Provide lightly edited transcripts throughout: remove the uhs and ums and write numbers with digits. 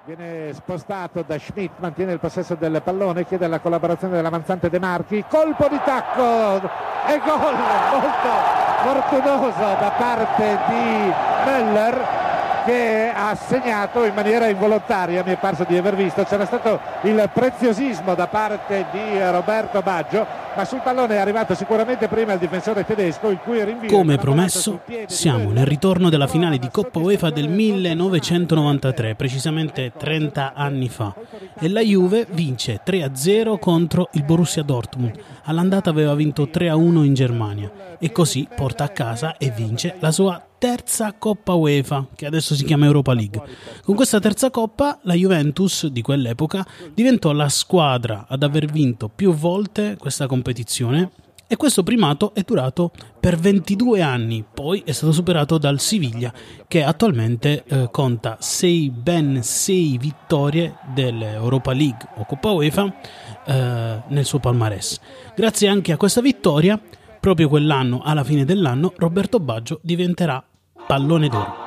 Viene spostato da Schmidt, mantiene il possesso del pallone, chiede la collaborazione dell'avanzante De Marchi, colpo di tacco e gol molto fortunoso da parte di Müller, che ha segnato in maniera involontaria. Mi è parso di aver visto, c'era stato il preziosismo da parte di Roberto Baggio, ma sul pallone è arrivato sicuramente prima il difensore tedesco, il cui rinvio, come promesso, siamo nel ritorno della finale di Coppa UEFA del 1993, precisamente 30 anni fa, e la Juve vince 3-0 contro il Borussia Dortmund. All'andata aveva vinto 3-1 in Germania e così porta a casa e vince la sua terza Coppa UEFA, che adesso si chiama Europa League. Con questa terza Coppa la Juventus di quell'epoca diventò la squadra ad aver vinto più volte questa competizione, e questo primato è durato per 22 anni. Poi è stato superato dal Siviglia, che attualmente conta ben 6 vittorie dell'Europa League o Coppa UEFA nel suo palmarès. Grazie anche a questa vittoria, proprio quell'anno, alla fine dell'anno, Roberto Baggio diventerà Pallone d'Oro.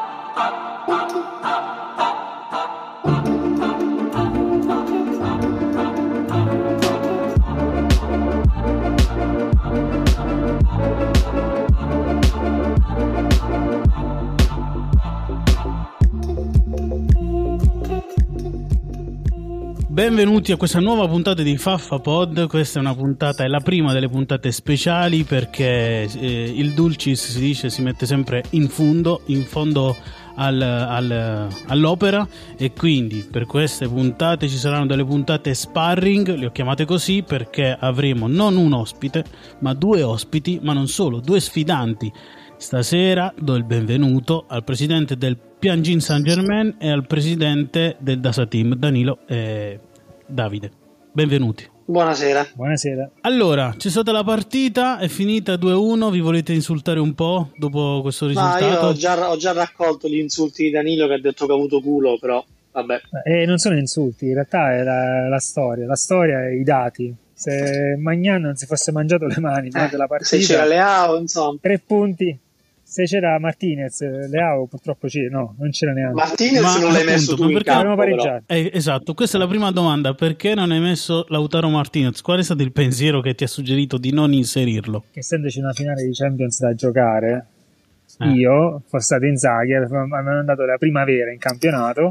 Benvenuti a questa nuova puntata di Faffa Pod. Questa è una puntata, è la prima delle puntate speciali, perché il Dulcis, si dice, si mette sempre in fondo all'opera, e quindi per queste puntate ci saranno delle puntate sparring, le ho chiamate così perché avremo non un ospite ma due ospiti, ma non solo, due sfidanti. Stasera do il benvenuto al presidente del Tianjin Saint-Germain e al presidente del Dasa Team, Danilo e Davide. Benvenuti. Buonasera. Buonasera. Allora, c'è stata la partita, è finita 2-1, vi volete insultare un po' dopo questo risultato? Io ho già raccolto gli insulti di Danilo, che ha detto che ha avuto culo, però vabbè. Non sono insulti, in realtà è la storia e i dati. Se Maignan non si fosse mangiato le mani durante la partita, se c'era Leao, insomma, 3 punti. Se c'era Martinez, Leao purtroppo non c'era neanche. Martinez non l'hai messo tu in campo, esatto, questa è la prima domanda: perché non hai messo Lautaro Martinez? Qual è stato il pensiero che ti ha suggerito di non inserirlo? Che essendoci una finale di Champions da giocare, io, fosse stato Inzaghi, mi hanno dato la primavera in campionato,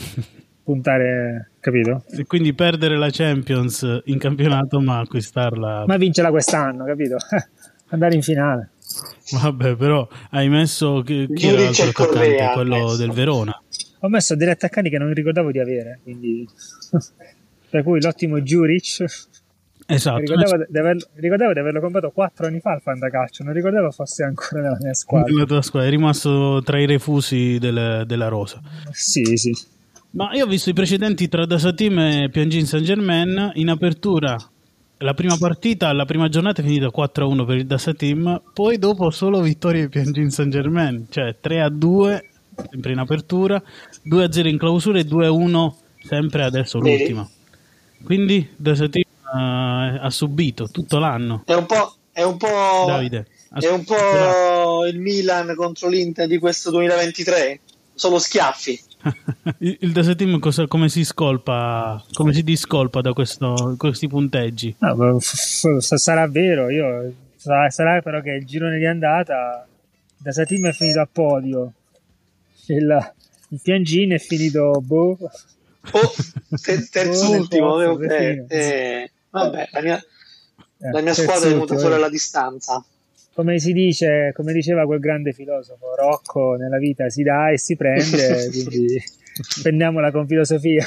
puntare, capito? E quindi perdere la Champions in campionato, ma acquistarla, ma vincerla quest'anno, capito? Andare in finale. Vabbè, però hai messo chi era l'altro attaccante? Quello del Verona. Ho messo degli attaccanti che non ricordavo di avere, quindi per cui l'ottimo Juric. Esatto. Ricordavo di averlo comprato 4 anni fa al Fantacalcio, non ricordavo fosse ancora nella mia squadra. Nella tua squadra, è rimasto tra i refusi della rosa. Sì. Ma io ho visto i precedenti tra Dasa Team e Tianjin Saint-Germain. In apertura la prima partita, la prima giornata è finita 4-1 per il Dasa Team, poi dopo solo vittorie di Tianjin Saint-Germain, cioè 3-2 sempre in apertura, 2-0 in clausura e 2-1 sempre adesso l'ultima. Quindi Dasa Team ha subito tutto l'anno. È un po' Davide, è un po' il Milan contro l'Inter di questo 2023, solo schiaffi. Il Dasa Team come si discolpa da questi punteggi? Sarà vero, sarà però che il girone di andata Dasa Team è finito a podio, il Tianjin è finito terzultimo. Vabbè, la mia squadra è venuta fuori alla distanza. Come diceva quel grande filosofo, Rocco, nella vita si dà e si prende, quindi prendiamola con filosofia.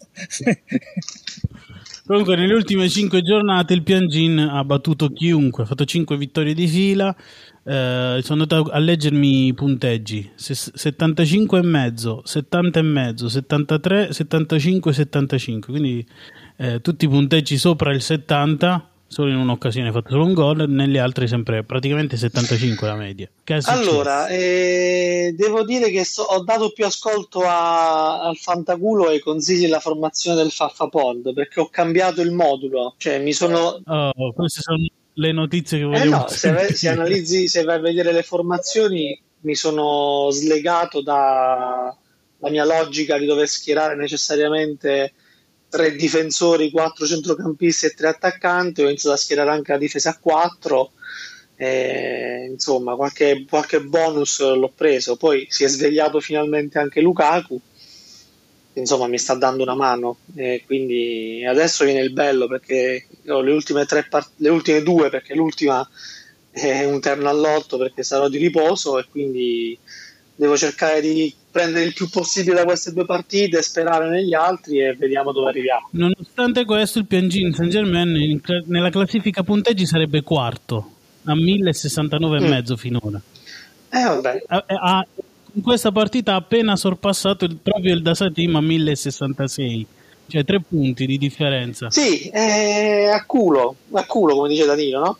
Comunque nelle ultime 5 giornate il Tianjin ha battuto chiunque, ha fatto 5 vittorie di fila. Sono andato a leggermi i punteggi: 75,5, 70,5, 73, 75, 75, quindi tutti i punteggi sopra il 70. Solo in un'occasione ha fatto solo un gol, nelle altre sempre praticamente 75 la media. Allora, devo dire che ho dato più ascolto al Fantaculo e ai consigli della formazione del Faffapod, perché ho cambiato il modulo, cioè mi sono... queste sono le notizie che volevo se vai a vedere le formazioni, mi sono slegato da la mia logica di dover schierare necessariamente 3 difensori, 4 centrocampisti e 3 attaccanti, ho iniziato a schierare anche la difesa a 4. Insomma, qualche bonus l'ho preso. Poi si è svegliato finalmente anche Lukaku, insomma mi sta dando una mano, quindi adesso viene il bello, perché ho le ultime 2, perché l'ultima è un terno all'otto, perché sarò di riposo, e quindi devo cercare di prendere il più possibile da queste 2 partite, sperare negli altri e vediamo dove arriviamo. Nonostante questo, il Paris Saint-Germain nella classifica punteggi sarebbe quarto a 1069,5 finora. Vabbè. In questa partita ha appena sorpassato proprio il Dasa Team a 1066, cioè 3 punti di differenza. Sì, a culo come dice Danilo, no?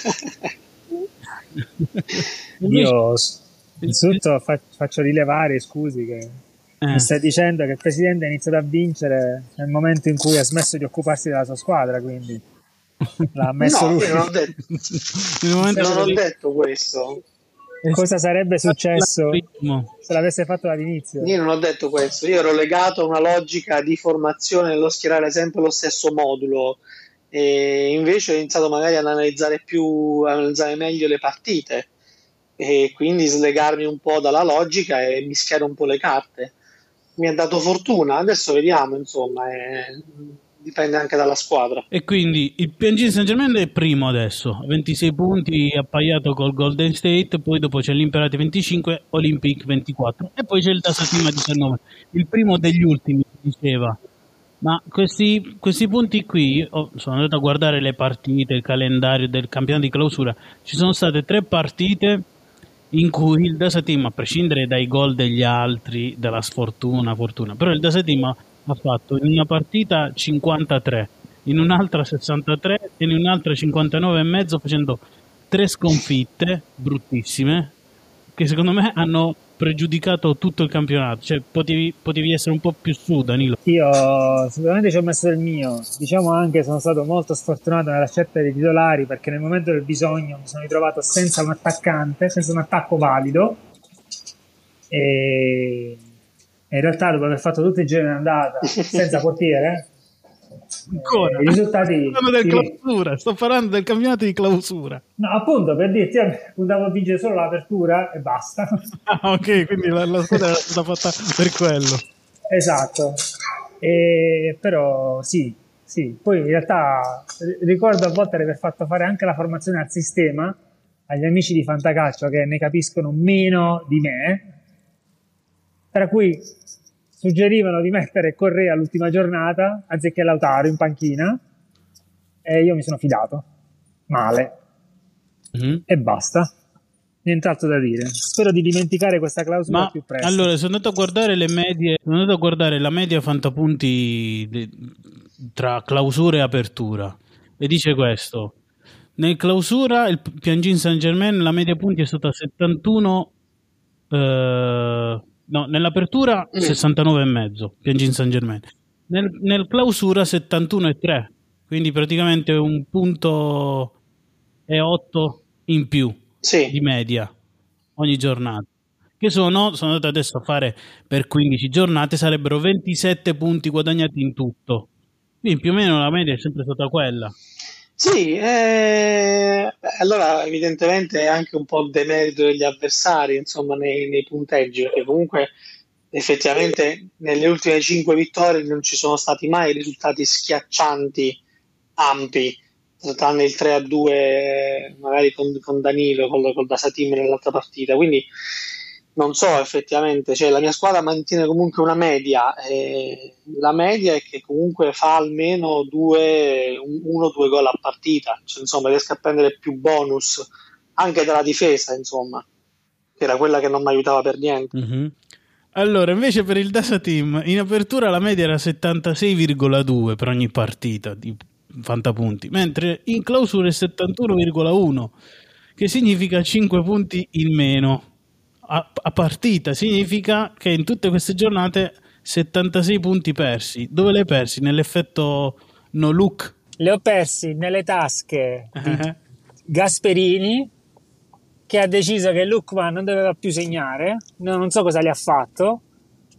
Io innanzitutto faccio rilevare, scusi, che mi stai dicendo che il presidente ha iniziato a vincere nel momento in cui ha smesso di occuparsi della sua squadra, quindi l'ha messo lui. Io non ho detto questo. Cosa sarebbe successo se l'avesse fatto dall'inizio? Io non ho detto questo, io ero legato a una logica di formazione nello schierare sempre lo stesso modulo, e invece ho iniziato magari ad analizzare meglio le partite, e quindi slegarmi un po' dalla logica e mischiare un po' le carte. Mi ha dato fortuna, adesso vediamo, insomma, dipende anche dalla squadra. E quindi il Paris Saint-Germain è primo adesso, 26 punti, appaiato col Golden State, poi dopo c'è l'Imperate 25, Olympique 24 e poi c'è il Dasa Team 19, il primo degli ultimi, diceva. Ma questi punti qui, sono andato a guardare le partite, il calendario del campionato di clausura, ci sono state 3 partite in cui il Dasa Team, a prescindere dai gol degli altri, dalla fortuna, però il Dasa Team ha fatto in una partita 53, in un'altra 63 e in un'altra 59,5, facendo 3 sconfitte bruttissime che secondo me hanno pregiudicato tutto il campionato. Cioè potevi essere un po' più su, Danilo. Io sicuramente ci ho messo del mio, diciamo anche sono stato molto sfortunato nella scelta dei titolari, perché nel momento del bisogno mi sono ritrovato senza un attaccante, senza un attacco valido, e in realtà dopo aver fatto tutto il giro in andata senza portiere, ancora i risultati sto parlando del campionato di clausura. No, appunto, per dirti, puntavo a vincere solo l'apertura e basta. Ah, ok, quindi la squadra era stata fatta per quello. Esatto. Però sì, poi in realtà ricordo a volte di aver fatto fare anche la formazione al sistema agli amici di Fantacalcio, che ne capiscono meno di me, tra cui suggerivano di mettere Correa all'ultima giornata anziché Lautaro in panchina, e io mi sono fidato male. E basta, nient'altro da dire. Spero di dimenticare questa clausola più presto. Allora, sono andato a guardare le medie, la media fantapunti tra clausura e apertura, e dice questo: nel clausura il Paris Saint-Germain la media punti è stata 71, nell'apertura 69,5 Paris Saint-Germain, nel clausura 71,3, quindi praticamente un punto e 8 in più di media ogni giornata, che sono andato adesso a fare per 15 giornate, sarebbero 27 punti guadagnati in tutto, quindi più o meno la media è sempre stata quella. Sì, allora evidentemente è anche un po' il demerito degli avversari, insomma, nei punteggi, perché comunque effettivamente nelle ultime 5 vittorie non ci sono stati mai risultati schiaccianti, ampi, tranne il 3-2 magari con Danilo, col Dasa Team nell'altra partita, quindi non so effettivamente, cioè la mia squadra mantiene comunque una media, la media è che comunque fa almeno 1 o 2 gol a partita, cioè, insomma riesco a prendere più bonus anche dalla difesa, insomma, che era quella che non mi aiutava per niente. Allora, invece per il Dasa Team in apertura la media era 76,2 per ogni partita di fantapunti, mentre in clausura è 71,1, che significa 5 punti in meno a partita. Significa che in tutte queste giornate 76 punti persi. Dove li hai persi? Nell'effetto no look? Li ho persi nelle tasche di Gasperini, che ha deciso che Lookman non doveva più segnare, non so cosa gli ha fatto,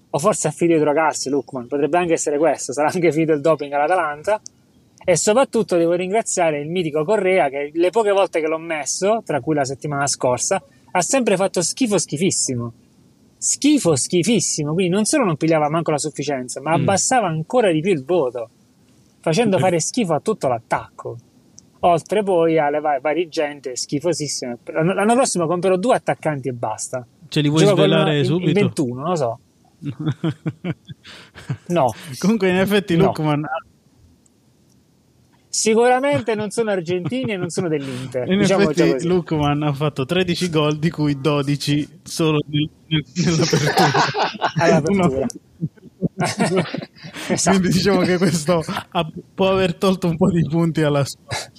o forse ha finito di drogarsi Lookman, potrebbe anche essere questo, sarà anche finito il doping all'Atalanta. E soprattutto devo ringraziare il mitico Correa, che le poche volte che l'ho messo, tra cui la settimana scorsa, ha sempre fatto schifissimo, quindi non solo non pigliava manco la sufficienza, ma abbassava ancora di più il voto, facendo fare schifo a tutto l'attacco, oltre poi alle varie gente schifosissime. L'anno prossimo comprerò 2 attaccanti e basta. Ce li vuoi svelare subito? Il 21, non lo so. No. Comunque in effetti No. Lookman Sicuramente non sono argentini e non sono dell'Inter. in Diciamo effetti Lookman ha fatto 13 gol, di cui 12 solo nell'apertura. Esatto. Quindi diciamo che questo può aver tolto un po' di punti alla squadra.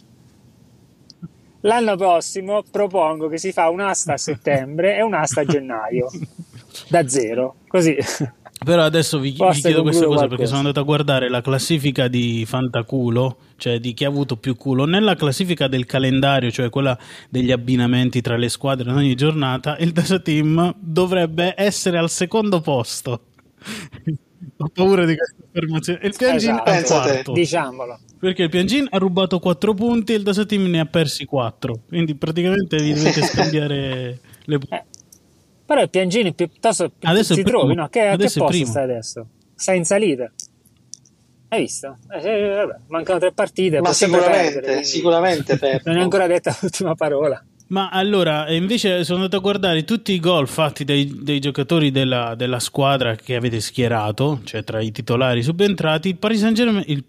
L'anno prossimo propongo che si fa un'asta a settembre e un'asta a gennaio, da 0, così. Però adesso vi chiedo questa cosa perché sono andato a guardare la classifica di Fantaculo, cioè di chi ha avuto più culo. Nella classifica del calendario, cioè quella degli abbinamenti tra le squadre in ogni giornata, il Dasa Team dovrebbe essere al secondo posto. Ho paura di questa affermazione. Il Piangin è al quarto. Diciamolo. Perché il Piangin ha rubato 4 punti e il Dasa Team ne ha persi 4. Quindi praticamente vi dovete scambiare le punti. Però il Piangini piuttosto adesso si trovi, no? Che posto primo. stai adesso? Stai in salita. Hai visto? Vabbè, mancano 3 partite. Ma sicuramente Pep. Non è ancora detta l'ultima parola. Ma allora, invece sono andato a guardare tutti i gol fatti dai giocatori della squadra che avete schierato, cioè tra i titolari subentrati. Il Paris Saint-Germain, il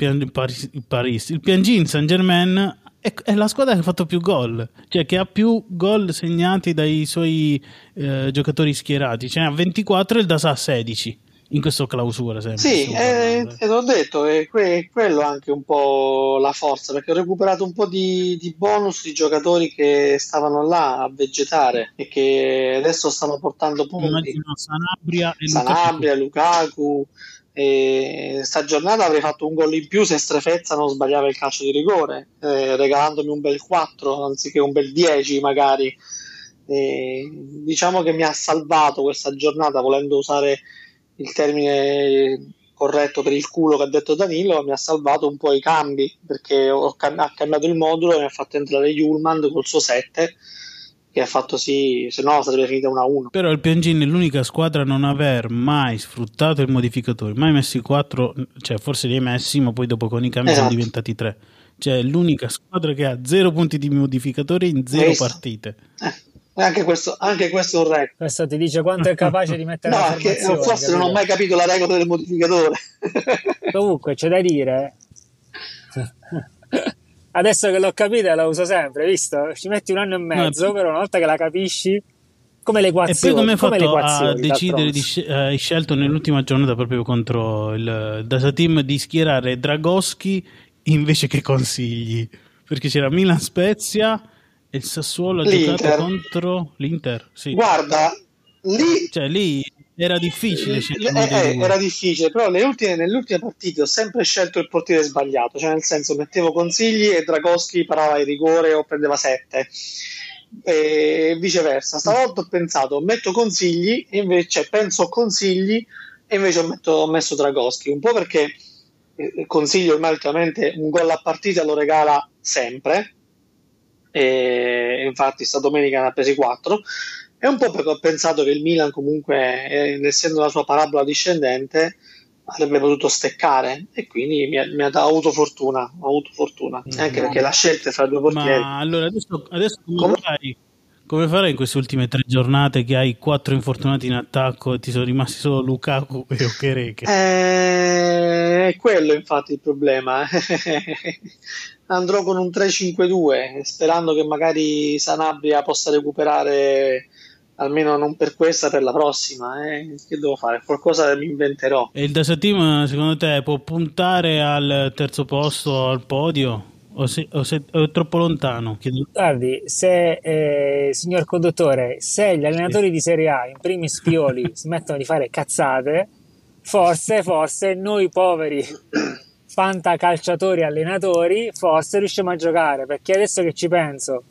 Piangin Saint-Germain è la squadra che ha fatto più gol, cioè che ha più gol segnati dai suoi giocatori schierati, cioè ha 24 e il Dasa 16 in questo clausura sempre. Sì, e l'ho detto, è quello anche un po' la forza, perché ho recuperato un po' di bonus di giocatori che stavano là a vegetare e che adesso stanno portando punti. Immagino Sanabria, Lukaku. E sta giornata avrei fatto un gol in più se Strefezza non sbagliava il calcio di rigore, regalandomi un bel 4 anziché un bel 10 magari. Diciamo che mi ha salvato questa giornata, volendo usare il termine corretto per il culo che ha detto Danilo, mi ha salvato un po' i cambi, perché ha cambiato il modulo e mi ha fatto entrare Hjulmand col suo 7, che ha fatto sì, se no sarebbe finita 1-1. Però il Piangin è l'unica squadra a non aver mai sfruttato il modificatore, mai messi 4, cioè forse li hai messi, ma poi dopo con i cambi sono diventati 3. Cioè è l'unica squadra che ha 0 punti di modificatore in 0 partite. Anche questo è un record. Questo ti dice quanto è capace di mettere la formazione. Forse non ho mai capito la regola del modificatore. Comunque c'è da dire, adesso che l'ho capita la uso sempre, visto? Ci metti 1 anno e mezzo, però una volta che la capisci, come le equazioni. E poi come hai fatto a decidere hai scelto nell'ultima giornata proprio contro il Dasa Team di schierare Dragoschi invece che Consigli? Perché c'era Milan Spezia e il Sassuolo ha giocato contro l'Inter. Sì. Guarda, lì era difficile. Era difficile, però nelle ultime partite ho sempre scelto il portiere sbagliato, cioè nel senso mettevo Consigli e Dragoschi parava il rigore o prendeva 7 e viceversa. Stavolta ho pensato metto Consigli e invece penso Consigli e invece ho messo Dragoschi, un po' perché Consigli ormai ultimamente un gol a partita lo regala sempre, e infatti sta domenica ne ha presi 4, e un po' perché ho pensato che il Milan comunque, essendo la sua parabola discendente, avrebbe potuto steccare, e quindi mi ha avuto fortuna, anche perché la scelta è fra 2 portieri. Ma allora adesso come farai in queste ultime 3 giornate che hai 4 infortunati in attacco e ti sono rimasti solo Lukaku e Okereke? È quello infatti il problema. Andrò con un 3-5-2 sperando che magari Sanabria possa recuperare, almeno non per questa, per la prossima. Che devo fare? Qualcosa mi inventerò. E il Dasa Team secondo te può puntare al terzo posto, al podio? O è troppo lontano? Guardi, signor conduttore, se gli allenatori di Serie A, in primis Pioli, smettono di fare cazzate, forse noi poveri fantacalciatori allenatori forse riusciamo a giocare, perché adesso che ci penso,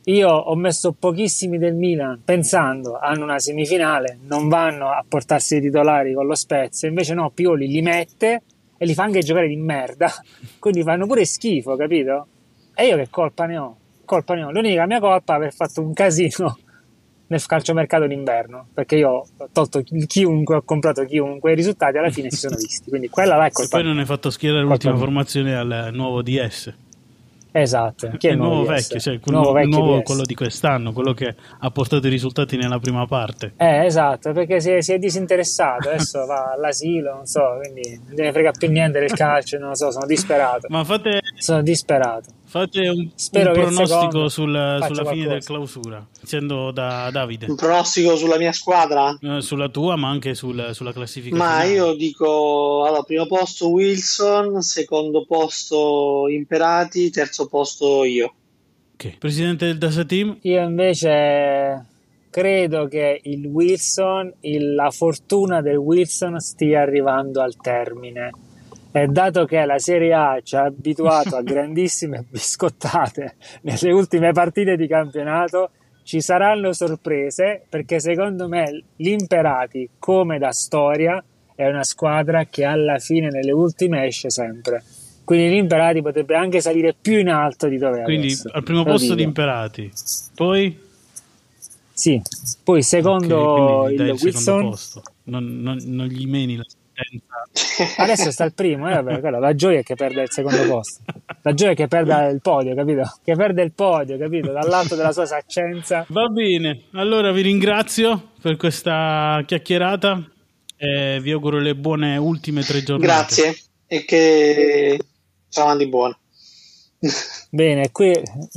io ho messo pochissimi del Milan pensando hanno una semifinale, non vanno a portarsi i titolari con lo Spezia, invece no, Pioli li mette e li fa anche giocare di merda, quindi fanno pure schifo, capito? E io che colpa ne ho? L'unica mia colpa è aver fatto un casino nel calciomercato d'inverno, perché io ho tolto chiunque, ho comprato chiunque, i risultati alla fine si sono visti, quindi quella là è colpa e poi non hai fatto schierare l'ultima mia. formazione al nuovo DS. Esatto, che è il nuovo vecchio, cioè nuovo quello di quest'anno, quello che ha portato i risultati nella prima parte. Esatto, perché si è disinteressato, adesso va all'asilo, non so, quindi non gliene frega più niente del calcio, non lo so, sono disperato. Sono disperato. Fate un pronostico sulla fine del clausura, iniziando da Davide. Un pronostico sulla mia squadra? Sulla tua, ma anche sulla classifica. Ma finale. io dico, allora, primo posto Wilson, secondo posto Imperati, terzo posto io. Ok. Presidente del Dasa Team? Io invece credo che il Wilson, la fortuna del Wilson stia arrivando al termine. E dato che la Serie A ci ha abituato a grandissime biscottate nelle ultime partite di campionato, ci saranno sorprese, perché secondo me l'Imperati, come da storia, è una squadra che alla fine nelle ultime esce sempre. Quindi l'Imperati potrebbe anche salire più in alto di dove è Quindi adesso. al primo posto l'Imperati, poi? Sì, poi secondo okay, il Wilson posto. Non gli meni la sentenza. Adesso sta il primo, vabbè, la gioia è che perde il secondo posto, la gioia è che perda il podio, capito? Che perde il podio, capito? Dall'alto della sua saccenza. Va bene, allora vi ringrazio per questa chiacchierata e vi auguro le buone ultime 3 giornate. Grazie e che saranno di buono. Bene, qui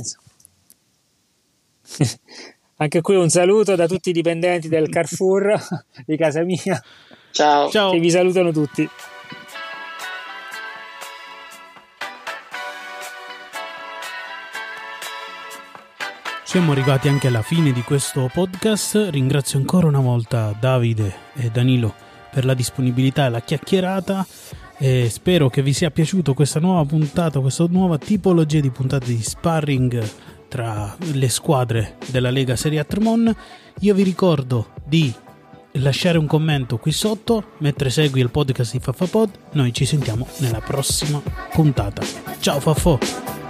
anche qui un saluto da tutti i dipendenti del Carrefour di casa mia. Ciao. Che vi salutano tutti. Siamo arrivati anche alla fine di questo podcast. Ringrazio ancora una volta Davide e Danilo per la disponibilità e la chiacchierata e spero che vi sia piaciuto questa nuova puntata, questa nuova tipologia di puntate di sparring tra le squadre della Lega Serie A Tremon. Io vi ricordo di lasciare un commento qui sotto, mentre segui il podcast di FaffaPod. Noi ci sentiamo nella prossima puntata. Ciao Faffo!